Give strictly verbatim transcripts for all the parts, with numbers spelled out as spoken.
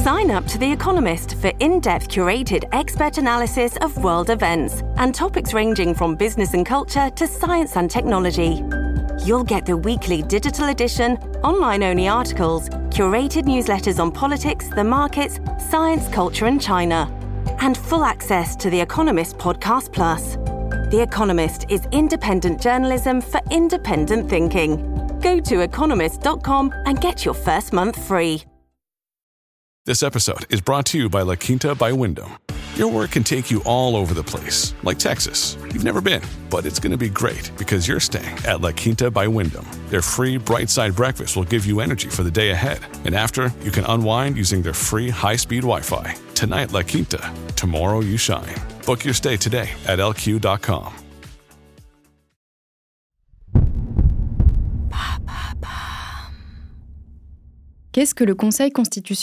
Sign up to The Economist for in-depth curated expert analysis of world events and topics ranging from business and culture to science and technology. You'll get the weekly digital edition, online-only articles, curated newsletters on politics, the markets, science, culture and China, and full access to The Economist Podcast Plus. The Economist is independent journalism for independent thinking. Go to economist dot com and get your first month free. This episode is brought to you by La Quinta by Wyndham. Your work can take you all over the place, like Texas. You've never been, but it's going to be great because you're staying at La Quinta by Wyndham. Their free Bright Side breakfast will give you energy for the day ahead. And after, you can unwind using their free high-speed Wi-Fi. Tonight, La Quinta. Tomorrow, you shine. Book your stay today at L Q dot com. Qu'est-ce que le Conseil constitutionnel ?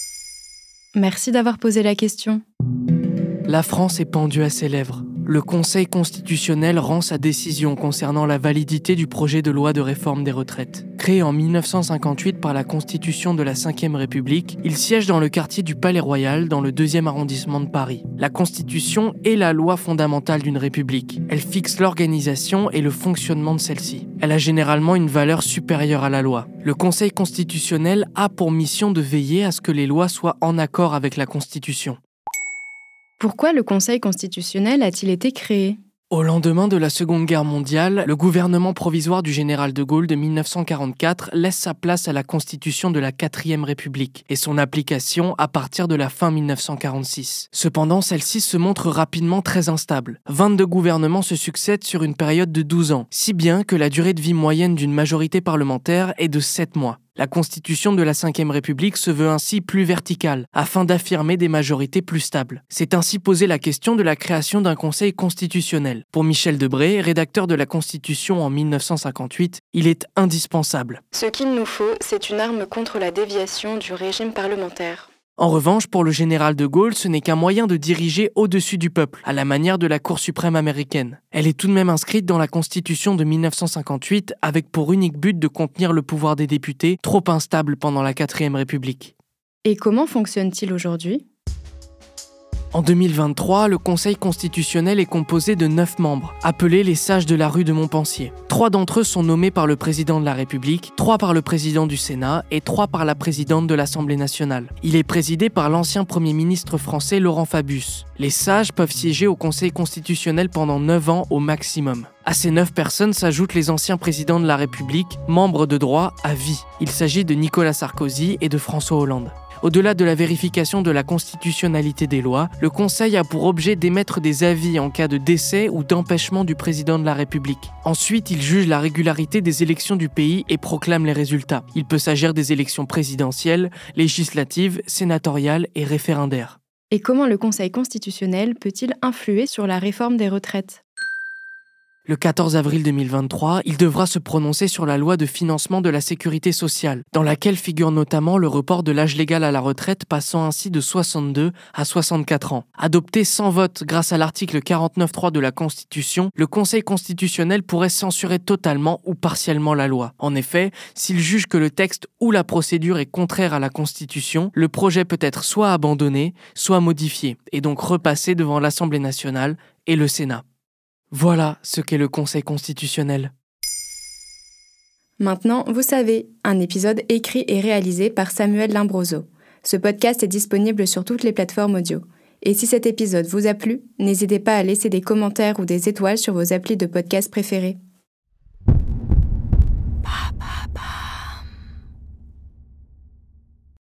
Merci d'avoir posé la question. La France est pendue à ses lèvres. Le Conseil constitutionnel rend sa décision concernant la validité du projet de loi de réforme des retraites. Créé en dix-neuf cent cinquante-huit par la Constitution de la cinquième République, il siège dans le quartier du Palais Royal, dans le deuxième arrondissement de Paris. La Constitution est la loi fondamentale d'une république. Elle fixe l'organisation et le fonctionnement de celle-ci. Elle a généralement une valeur supérieure à la loi. Le Conseil constitutionnel a pour mission de veiller à ce que les lois soient en accord avec la Constitution. Pourquoi le Conseil constitutionnel a-t-il été créé ? Au lendemain de la Seconde Guerre mondiale, le gouvernement provisoire du général de Gaulle de dix-neuf cent quarante-quatre laisse sa place à la Constitution de la quatrième République et son application à partir de la fin dix-neuf cent quarante-six. Cependant, celle-ci se montre rapidement très instable. vingt-deux gouvernements se succèdent sur une période de douze ans, si bien que la durée de vie moyenne d'une majorité parlementaire est de sept mois. La Constitution de la cinquième République se veut ainsi plus verticale, afin d'affirmer des majorités plus stables. C'est ainsi posée la question de la création d'un Conseil constitutionnel. Pour Michel Debré, rédacteur de la Constitution en dix-neuf cent cinquante-huit, il est indispensable. Ce qu'il nous faut, c'est une arme contre la déviation du régime parlementaire. En revanche, pour le général de Gaulle, ce n'est qu'un moyen de diriger au-dessus du peuple, à la manière de la Cour suprême américaine. Elle est tout de même inscrite dans la Constitution de dix-neuf cent cinquante-huit, avec pour unique but de contenir le pouvoir des députés, trop instable pendant la quatrième République. Et comment fonctionne-t-il aujourd'hui ? En deux mille vingt-trois, le Conseil constitutionnel est composé de neuf membres, appelés les sages de la rue de Montpensier. Trois d'entre eux sont nommés par le président de la République, trois par le président du Sénat et trois par la présidente de l'Assemblée nationale. Il est présidé par l'ancien Premier ministre français Laurent Fabius. Les sages peuvent siéger au Conseil constitutionnel pendant neuf ans au maximum. À ces neuf personnes s'ajoutent les anciens présidents de la République, membres de droit à vie. Il s'agit de Nicolas Sarkozy et de François Hollande. Au-delà de la vérification de la constitutionnalité des lois, le Conseil a pour objet d'émettre des avis en cas de décès ou d'empêchement du président de la République. Ensuite, il juge la régularité des élections du pays et proclame les résultats. Il peut s'agir des élections présidentielles, législatives, sénatoriales et référendaires. Et comment le Conseil constitutionnel peut-il influer sur la réforme des retraites ? Le quatorze avril deux mille vingt-trois, il devra se prononcer sur la loi de financement de la sécurité sociale, dans laquelle figure notamment le report de l'âge légal à la retraite passant ainsi de soixante-deux à soixante-quatre ans. Adopté sans vote grâce à l'article quarante-neuf point trois de la Constitution, le Conseil constitutionnel pourrait censurer totalement ou partiellement la loi. En effet, s'il juge que le texte ou la procédure est contraire à la Constitution, le projet peut être soit abandonné, soit modifié, et donc repassé devant l'Assemblée nationale et le Sénat. Voilà ce qu'est le Conseil constitutionnel. Maintenant, vous savez, un épisode écrit et réalisé par Samuel Limbroso. Ce podcast est disponible sur toutes les plateformes audio. Et si cet épisode vous a plu, n'hésitez pas à laisser des commentaires ou des étoiles sur vos applis de podcast préférés.